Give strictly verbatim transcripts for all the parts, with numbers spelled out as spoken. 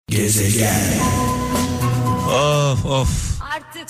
Gezegen. Of of.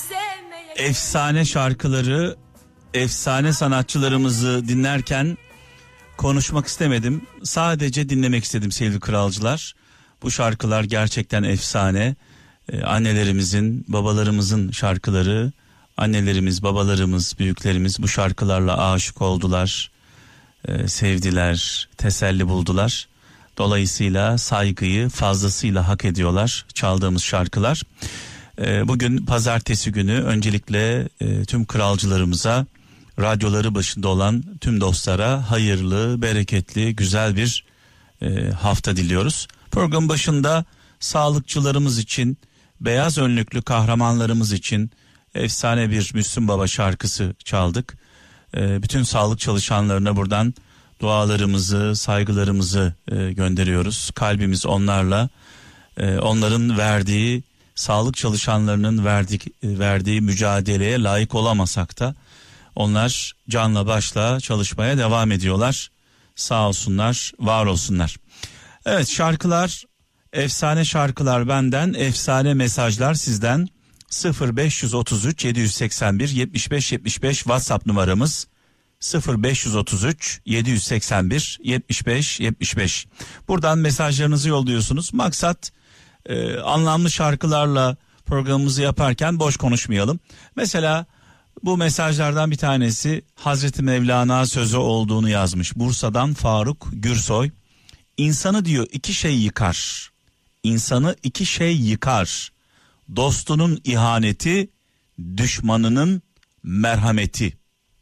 Efsane şarkıları, efsane sanatçılarımızı dinlerken konuşmak istemedim. Sadece dinlemek istedim sevgili kralcılar. Bu şarkılar gerçekten efsane. Ee, annelerimizin, babalarımızın şarkıları. Annelerimiz, babalarımız, büyüklerimiz bu şarkılarla aşık oldular. Ee, sevdiler, teselli buldular. Dolayısıyla saygıyı fazlasıyla hak ediyorlar çaldığımız şarkılar. Ee, bugün pazartesi günü öncelikle e, tüm kralcılarımıza, radyoları başında olan tüm dostlara hayırlı, bereketli, güzel bir e, hafta diliyoruz. Program başında sağlıkçılarımız için, beyaz önlüklü kahramanlarımız için efsane bir Müslüm Baba şarkısı çaldık. E, bütün sağlık çalışanlarına buradan dualarımızı, saygılarımızı e, gönderiyoruz. Kalbimiz onlarla, e, onların verdiği, sağlık çalışanlarının verdik, verdiği mücadeleye layık olamasak da onlar canla başla çalışmaya devam ediyorlar. Sağ olsunlar, var olsunlar. Evet, şarkılar, efsane şarkılar benden, efsane mesajlar sizden. sıfır beş üç üç yedi seksen bir yetmiş beş yetmiş beş WhatsApp numaramız. sıfır beş üç üç yedi seksen bir yetmiş beş yetmiş beş. Buradan mesajlarınızı yolluyorsunuz. Maksat e, anlamlı şarkılarla programımızı yaparken boş konuşmayalım. Mesela bu mesajlardan bir tanesi Hazreti Mevlana sözü olduğunu yazmış. Bursa'dan Faruk Gürsoy. İnsanı diyor iki şey yıkar. İnsanı iki şey yıkar. Dostunun ihaneti, düşmanının merhameti.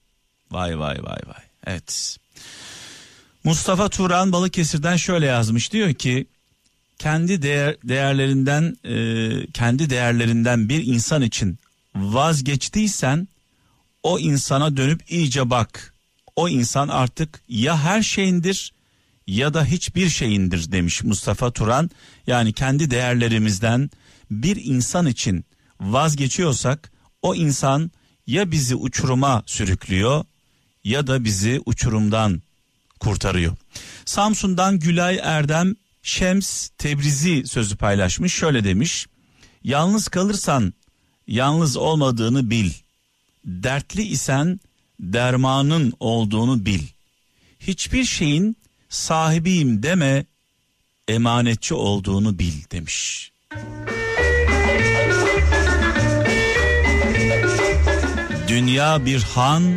Vay vay vay vay. Evet. Mustafa Turan Balıkesir'den şöyle yazmış. Diyor ki kendi değer, değerlerinden e, kendi değerlerinden bir insan için vazgeçtiysen o insana dönüp iyice bak. O insan artık ya her şeyindir ya da hiçbir şeyindir demiş Mustafa Turan. Yani kendi değerlerimizden bir insan için vazgeçiyorsak o insan ya bizi uçuruma sürüklüyor ya da bizi uçurumdan kurtarıyor. Samsun'dan Gülay Erdem Şems Tebrizi sözü paylaşmış. Şöyle demiş: yalnız kalırsan yalnız olmadığını bil. Dertli isen dermanın olduğunu bil. Hiçbir şeyin sahibiyim deme, emanetçi olduğunu bil demiş. Dünya bir han,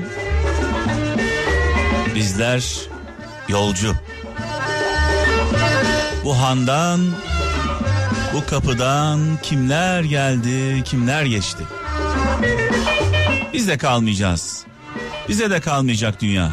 bizler yolcu. Bu handan, bu kapıdan kimler geldi, kimler geçti. Biz de kalmayacağız. Bize de kalmayacak dünya.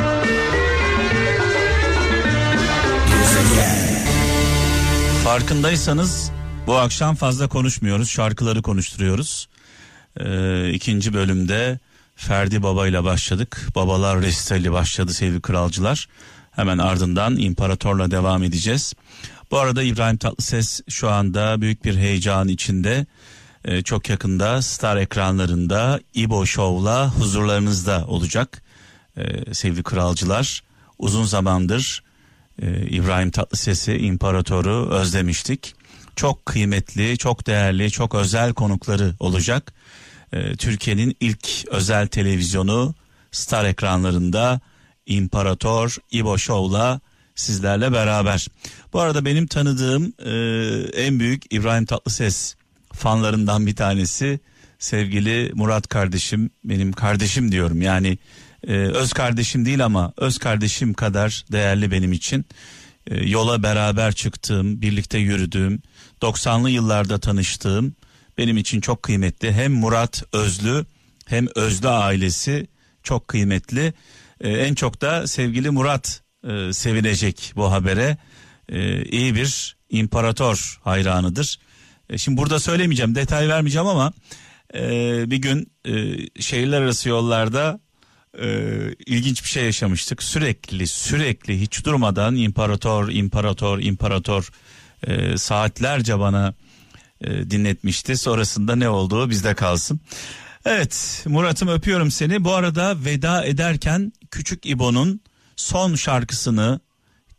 Farkındaysanız bu akşam fazla konuşmuyoruz, şarkıları konuşturuyoruz. Ee, ikinci bölümde Ferdi Baba ile başladık. Babalar resitali başladı sevgili kralcılar. Hemen ardından İmparator'la devam edeceğiz. Bu arada İbrahim Tatlıses şu anda büyük bir heyecan içinde. Ee, çok yakında Star ekranlarında İbo Show'la huzurlarınızda olacak. Ee, sevgili kralcılar, uzun zamandır e, İbrahim Tatlıses'i, İmparator'u özlemiştik. Çok kıymetli, çok değerli, çok özel konukları olacak. Ee, Türkiye'nin ilk özel televizyonu Star ekranlarında İmparator İbo Show'la sizlerle beraber. Bu arada benim tanıdığım e, en büyük İbrahim Tatlıses fanlarından bir tanesi sevgili Murat kardeşim, benim kardeşim diyorum yani e, öz kardeşim değil ama öz kardeşim kadar değerli benim için. E, yola beraber çıktığım, birlikte yürüdüğüm, doksanlı yıllarda tanıştığım, benim için çok kıymetli. Hem Murat Özlü hem Özlü ailesi çok kıymetli. Ee, en çok da sevgili Murat e, sevinecek bu habere. Ee, iyi bir İmparator hayranıdır. E, şimdi burada söylemeyeceğim, detay vermeyeceğim ama e, bir gün e, şehirler arası yollarda e, ilginç bir şey yaşamıştık. Sürekli sürekli hiç durmadan İmparator, İmparator, İmparator e, saatlerce bana e, dinletmişti. Sonrasında ne olduğu bizde kalsın. Evet Murat'ım, öpüyorum seni. Bu arada veda ederken Küçük İbo'nun son şarkısını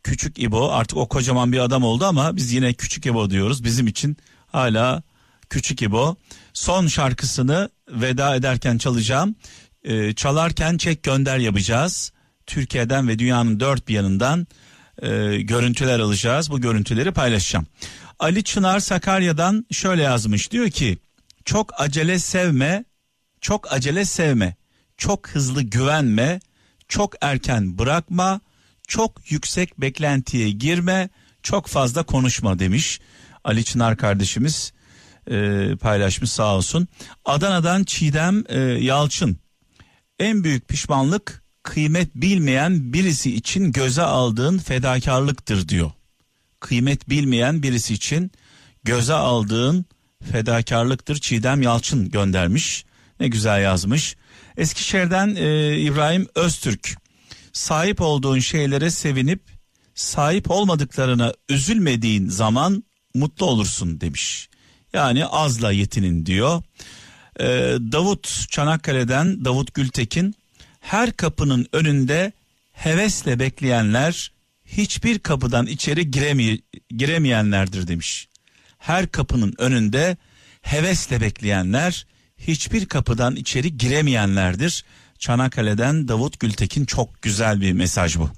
Küçük İbo, artık o kocaman bir adam oldu ama biz yine Küçük İbo diyoruz. Bizim için hala Küçük İbo. Son şarkısını veda ederken çalacağım. Ee, çalarken çek gönder yapacağız. Türkiye'den ve dünyanın dört bir yanından e, görüntüler alacağız. Bu görüntüleri paylaşacağım. Ali Çınar Sakarya'dan şöyle yazmış. Diyor ki çok acele sevme, çok acele sevme, çok hızlı güvenme, çok erken bırakma, çok yüksek beklentiye girme, çok fazla konuşma demiş. Ali Çınar kardeşimiz e, paylaşmış, sağ olsun. Adana'dan Çiğdem e, Yalçın. En büyük pişmanlık kıymet bilmeyen birisi için göze aldığın fedakarlıktır diyor. Kıymet bilmeyen birisi için göze aldığın fedakarlıktır. Çiğdem Yalçın göndermiş. Ne güzel yazmış. Eskişehir'den e, İbrahim Öztürk. Sahip olduğun şeylere sevinip sahip olmadıklarına üzülmediğin zaman mutlu olursun demiş. Yani azla yetinin diyor. Ee, Davut Çanakkale'den Davut Gültekin. Her kapının önünde hevesle bekleyenler hiçbir kapıdan içeri giremey- giremeyenlerdir demiş. Her kapının önünde hevesle bekleyenler hiçbir kapıdan içeri giremeyenlerdir. Çanakkale'den Davut Gültekin, çok güzel bir mesaj bu.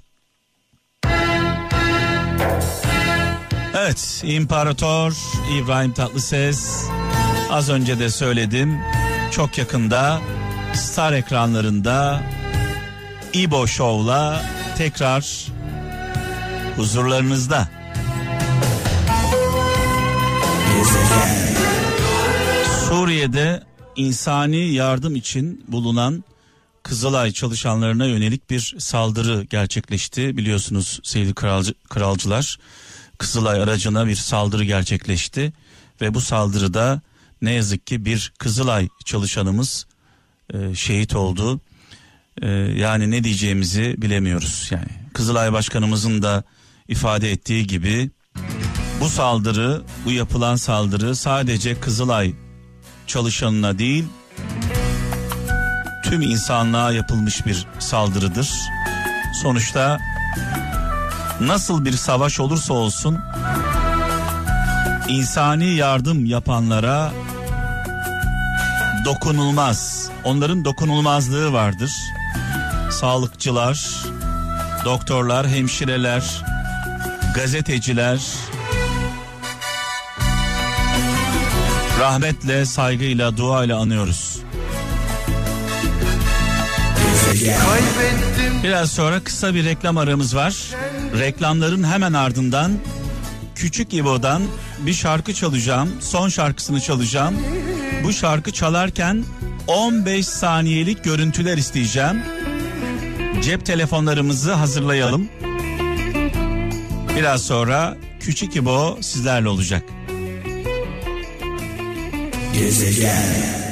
Evet, İmparator İbrahim Tatlıses, az önce de söyledim, çok yakında Star ekranlarında İbo Show'la tekrar huzurlarınızda. Suriye'de insani yardım için bulunan Kızılay çalışanlarına yönelik bir saldırı gerçekleşti. Biliyorsunuz sevgili kralcı, kralcılar, Kızılay aracına bir saldırı gerçekleşti ve bu saldırıda ne yazık ki bir Kızılay çalışanımız e, şehit oldu. E, yani ne diyeceğimizi bilemiyoruz. Yani Kızılay Başkanımızın da ifade ettiği gibi bu saldırı, bu yapılan saldırı sadece Kızılay çalışanına değil, tüm insanlığa yapılmış bir saldırıdır. Sonuçta nasıl bir savaş olursa olsun insani yardım yapanlara dokunulmaz. Onların dokunulmazlığı vardır. Sağlıkçılar, doktorlar, hemşireler, gazeteciler rahmetle, saygıyla, duayla anıyoruz. Biraz sonra kısa bir reklam aramız var. Reklamların hemen ardından Küçük İbo'dan bir şarkı çalacağım. Son şarkısını çalacağım. Bu şarkı çalarken on beş saniyelik görüntüler isteyeceğim. Cep telefonlarımızı hazırlayalım. Biraz sonra Küçük İbo sizlerle olacak. Gezegen.